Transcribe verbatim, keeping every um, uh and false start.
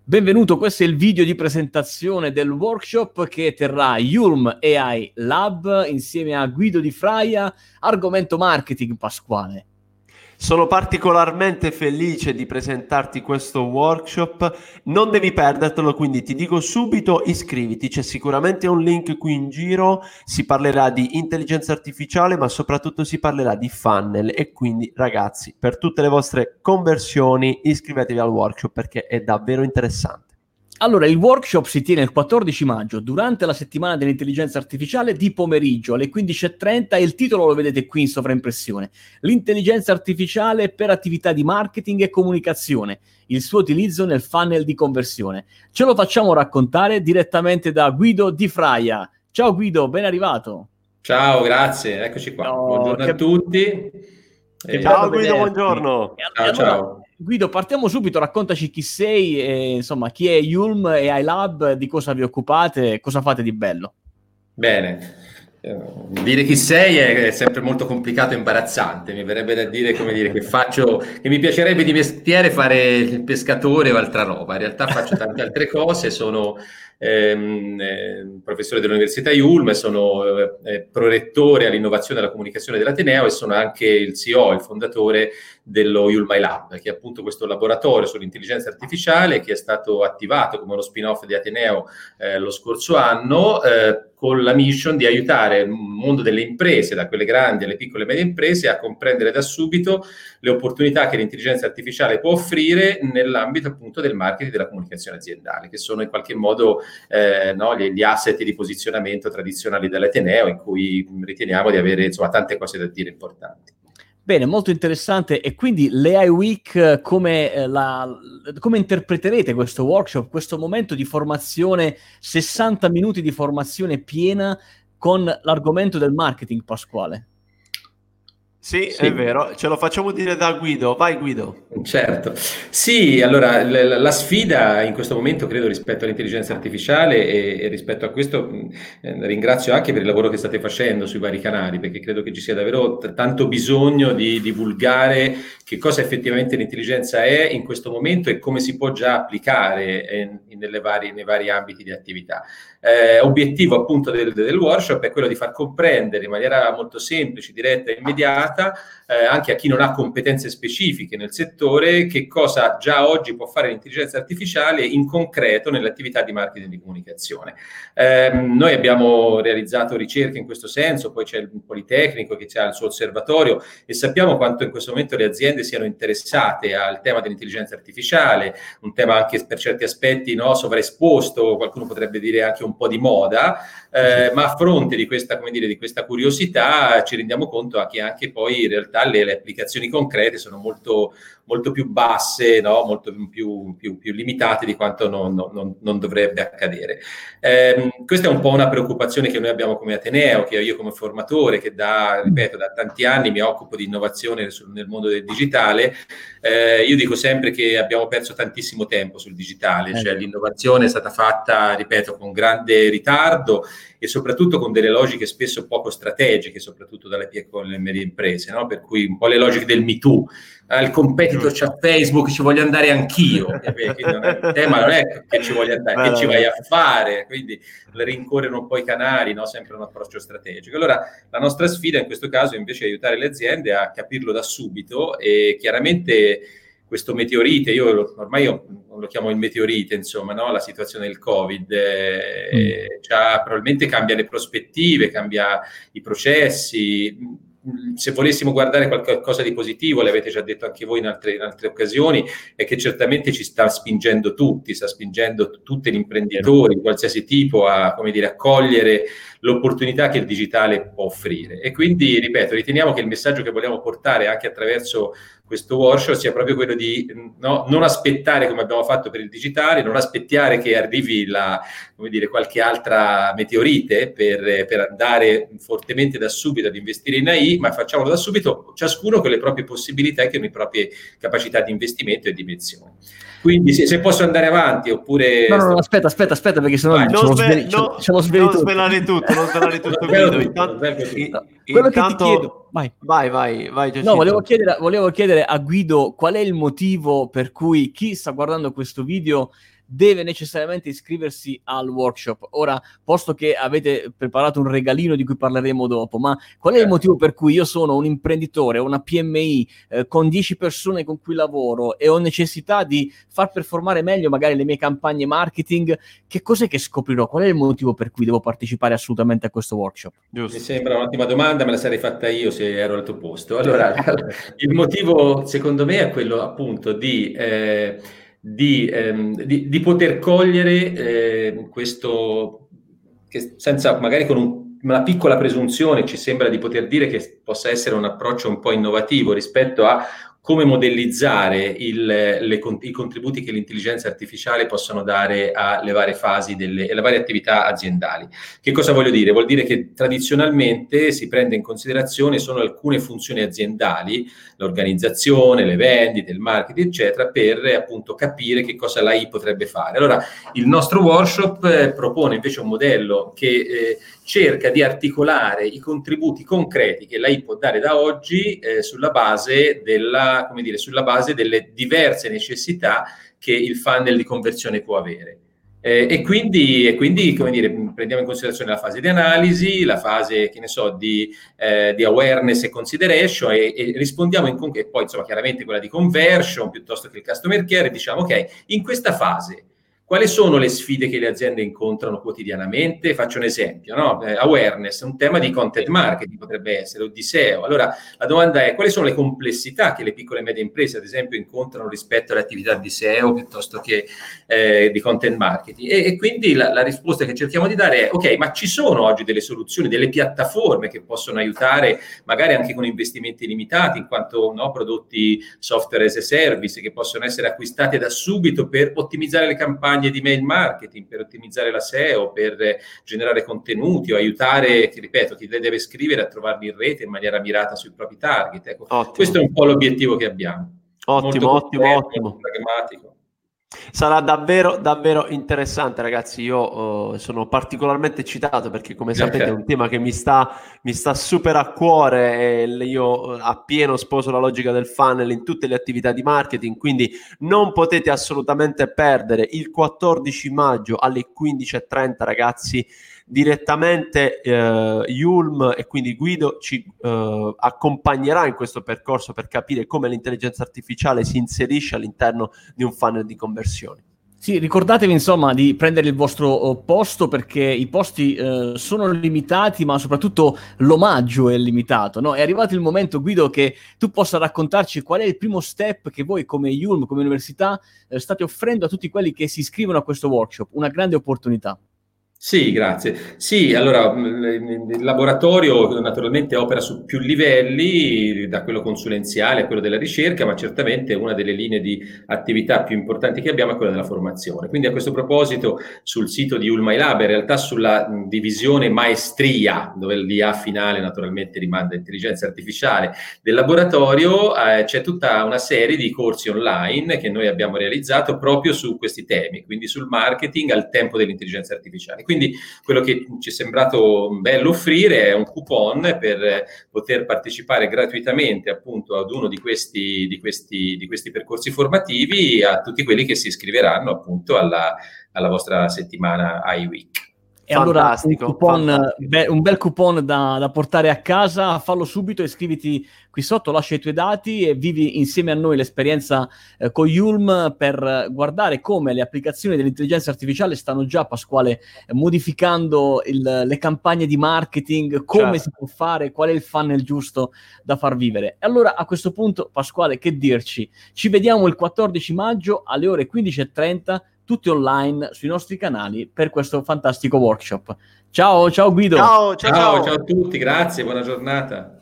Benvenuto, questo è il video di presentazione del workshop che terrà Yulm A I Lab insieme a Guido Di Fraia, argomento marketing. Pasquale. Sono particolarmente felice di presentarti questo workshop, non devi perdertelo, quindi ti dico subito iscriviti, c'è sicuramente un link qui in giro, si parlerà di intelligenza artificiale ma soprattutto si parlerà di funnel e quindi ragazzi, per tutte le vostre conversioni iscrivetevi al workshop perché è davvero interessante. Allora, il workshop si tiene il quattordici maggio durante la settimana dell'intelligenza artificiale di pomeriggio alle quindici e trenta e il titolo lo vedete qui in sovraimpressione. L'intelligenza artificiale per attività di marketing e comunicazione, il suo utilizzo nel funnel di conversione. Ce lo facciamo raccontare direttamente da Guido Di Fraia. Ciao Guido, ben arrivato. Ciao, grazie, eccoci qua. No, buongiorno che... a tutti. Eh, ciao Guido, buongiorno. Ciao, allora, ciao. Guido, partiamo subito, raccontaci chi sei, e, insomma, chi è Yulm A I Lab, di cosa vi occupate, cosa fate di bello. Bene, eh, dire chi sei è sempre molto complicato e imbarazzante, mi verrebbe da dire, come dire, che faccio, che mi piacerebbe di mestiere fare il pescatore o altra roba, in realtà faccio tante altre cose, sono ehm, eh, professore dell'Università Yulm, sono eh, prorettore all'innovazione e alla comunicazione dell'Ateneo e sono anche il C E O, il fondatore dello Yulm A I Lab, che è appunto questo laboratorio sull'intelligenza artificiale che è stato attivato come uno spin-off di Ateneo eh, lo scorso anno, eh, con la mission di aiutare il mondo delle imprese, da quelle grandi alle piccole e medie imprese, a comprendere da subito le opportunità che l'intelligenza artificiale può offrire nell'ambito appunto del marketing e della comunicazione aziendale, che sono in qualche modo eh, no, gli, gli asset di posizionamento tradizionali dell'Ateneo, in cui riteniamo di avere insomma tante cose da dire importanti. Bene, molto interessante. E quindi l'A I Week, come, eh, la, come interpreterete questo workshop, questo momento di formazione, sessanta minuti di formazione piena con l'argomento del marketing, Pasquale? Sì, sì, è vero, ce lo facciamo dire da Guido. Vai Guido. Certo. Sì, allora la, la sfida in questo momento, credo, rispetto all'intelligenza artificiale e, e rispetto a questo eh, ringrazio anche per il lavoro che state facendo sui vari canali, perché credo che ci sia davvero t- tanto bisogno di divulgare che cosa effettivamente l'intelligenza è in questo momento e come si può già applicare eh, nelle vari, nei vari ambiti di attività. Eh, obiettivo appunto del, del workshop è quello di far comprendere in maniera molto semplice, diretta e immediata eh, anche a chi non ha competenze specifiche nel settore che cosa già oggi può fare l'intelligenza artificiale in concreto nelle attività di marketing e di comunicazione. Eh, noi abbiamo realizzato ricerche in questo senso, poi c'è il Politecnico che ha il suo osservatorio e sappiamo quanto in questo momento le aziende siano interessate al tema dell'intelligenza artificiale, un tema anche per certi aspetti no, sovraesposto, qualcuno potrebbe dire anche un un po' di moda, eh, ma a fronte di questa, come dire, di questa curiosità ci rendiamo conto che anche poi in realtà le, le applicazioni concrete sono molto, molto più basse, no? Molto più, più, più limitate di quanto non, non, non dovrebbe accadere. Eh, questa è un po' una preoccupazione che noi abbiamo come Ateneo, che io come formatore, che da, ripeto, da tanti anni mi occupo di innovazione sul, nel mondo del digitale. Eh, io dico sempre che abbiamo perso tantissimo tempo sul digitale, cioè l'innovazione è stata fatta, ripeto, con grande ritardo e soprattutto con delle logiche spesso poco strategiche, soprattutto dalle piccole e medie imprese, no? Per cui un po' le logiche del Me Too. Al competitor c'è Facebook, ci voglio andare anch'io. Non è, il tema non è che ci voglio andare, che ci vai a fare, quindi rincorrono un po' i canali, no? Sempre un approccio strategico. Allora la nostra sfida in questo caso invece è aiutare le aziende a capirlo da subito e chiaramente questo meteorite, io lo, ormai io lo chiamo il meteorite, insomma, no? La situazione del Covid, eh, mm. cioè, probabilmente cambia le prospettive, cambia i processi. Se volessimo guardare qualcosa di positivo, l'avete già detto anche voi in altre, in altre occasioni, è che certamente ci sta spingendo tutti, sta spingendo tutti gli imprenditori di qualsiasi tipo a, come dire, a cogliere l'opportunità che il digitale può offrire. E quindi, ripeto, riteniamo che il messaggio che vogliamo portare anche attraverso questo workshop sia proprio quello di no, non aspettare come abbiamo fatto per il digitale, non aspettare che arrivi la, come dire, qualche altra meteorite per, per andare fortemente da subito ad investire in A I, ma facciamolo da subito, ciascuno con le proprie possibilità e con le proprie capacità di investimento e dimensioni. Quindi se, se posso andare avanti oppure... No, no, no, aspetta, aspetta, aspetta, perché sennò Vai, ce lo sve- sveli, no, ce lo sveli non tutto. svelare tutto, non svelare tutto, Guido. Intanto, no, quello intanto... che ti chiedo... vai. Vai, vai, vai. Giacito. No, volevo chiedere, volevo chiedere a Guido qual è il motivo per cui chi sta guardando questo video deve necessariamente iscriversi al workshop. Ora, posto che avete preparato un regalino di cui parleremo dopo, ma qual è il motivo per cui io sono un imprenditore, una P M I eh, con dieci persone con cui lavoro e ho necessità di far performare meglio magari le mie campagne marketing? Che cos'è che scoprirò? Qual è il motivo per cui devo partecipare assolutamente a questo workshop? Giusto. Mi sembra un'ottima domanda, me la sarei fatta io se ero al tuo posto. Allora, il motivo secondo me è quello appunto di... Eh, Di, ehm, di, di poter cogliere eh, questo, che senza magari con un, una piccola presunzione ci sembra di poter dire che possa essere un approccio un po' innovativo rispetto a come modellizzare il, le, i contributi che l'intelligenza artificiale possono dare alle varie fasi delle alle varie attività aziendali. Che cosa voglio dire? Vuol dire che tradizionalmente si prende in considerazione solo alcune funzioni aziendali, l'organizzazione, le vendite, il marketing, eccetera, per appunto capire che cosa l'A I potrebbe fare. Allora, il nostro workshop eh, propone invece un modello che eh, cerca di articolare i contributi concreti che l'A I può dare da oggi eh, sulla base della, come dire, sulla base delle diverse necessità che il funnel di conversione può avere. Eh, e quindi, e quindi come dire, prendiamo in considerazione la fase di analisi, la fase, che ne so, di, eh, di awareness e consideration e, e rispondiamo in con- e poi insomma chiaramente quella di conversion piuttosto che il customer care, e diciamo ok, in questa fase quali sono le sfide che le aziende incontrano quotidianamente? Faccio un esempio, no? Eh, awareness, un tema di content marketing potrebbe essere, o di S E O. Allora, la domanda è, quali sono le complessità che le piccole e medie imprese, ad esempio, incontrano rispetto alle attività di S E O piuttosto che eh, di content marketing? E, e quindi la, la risposta che cerchiamo di dare è, ok, ma ci sono oggi delle soluzioni, delle piattaforme che possono aiutare, magari anche con investimenti limitati, in quanto no, prodotti software as a service, che possono essere acquistati da subito per ottimizzare le campagne di mail marketing, per ottimizzare la S E O, per eh, generare contenuti o aiutare, ti ripeto, chi le deve scrivere a trovarli in rete in maniera mirata sui propri target. Ecco, questo è un po' l'obiettivo che abbiamo. Ottimo, molto ottimo, concreto, ottimo. molto pragmatico. Sarà davvero, davvero interessante, ragazzi. Io uh, sono particolarmente eccitato perché, come sapete, è un tema che mi sta, mi sta super a cuore e io uh, appieno sposo la logica del funnel in tutte le attività di marketing, quindi non potete assolutamente perdere il quattordici maggio alle quindici e trenta, ragazzi. Direttamente uh, Yulm e quindi Guido ci uh, accompagnerà in questo percorso per capire come l'intelligenza artificiale si inserisce all'interno di un funnel di conversioni. Sì, ricordatevi insomma di prendere il vostro posto perché i posti eh, sono limitati, ma soprattutto l'omaggio è limitato, no? È arrivato il momento, Guido, che tu possa raccontarci qual è il primo step che voi come Yulm, come università, eh, state offrendo a tutti quelli che si iscrivono a questo workshop, una grande opportunità. Sì, grazie. Sì, allora il laboratorio naturalmente opera su più livelli, da quello consulenziale a quello della ricerca, ma certamente una delle linee di attività più importanti che abbiamo è quella della formazione. Quindi a questo proposito sul sito di Yulm iLab, in realtà sulla divisione maestria, dove l'I A finale naturalmente rimanda intelligenza artificiale del laboratorio, eh, c'è tutta una serie di corsi online che noi abbiamo realizzato proprio su questi temi, quindi sul marketing al tempo dell'intelligenza artificiale. Quindi quello che ci è sembrato bello offrire è un coupon per poter partecipare gratuitamente appunto ad uno di questi, di questi, di questi percorsi formativi a tutti quelli che si iscriveranno appunto alla, alla vostra settimana I Week. E allora un, coupon, be- un bel coupon da, da portare a casa, fallo subito, iscriviti qui sotto, lascia i tuoi dati e vivi insieme a noi l'esperienza eh, con Yulm per guardare come le applicazioni dell'intelligenza artificiale stanno già, Pasquale, eh, modificando il, le campagne di marketing, come certo. si può fare, qual è il funnel giusto da far vivere. E allora a questo punto, Pasquale, che dirci? Ci vediamo il quattordici maggio alle ore quindici e trenta, tutti online sui nostri canali per questo fantastico workshop. Ciao, ciao Guido. Ciao, ciao, ciao, ciao. ciao a tutti, grazie, buona giornata.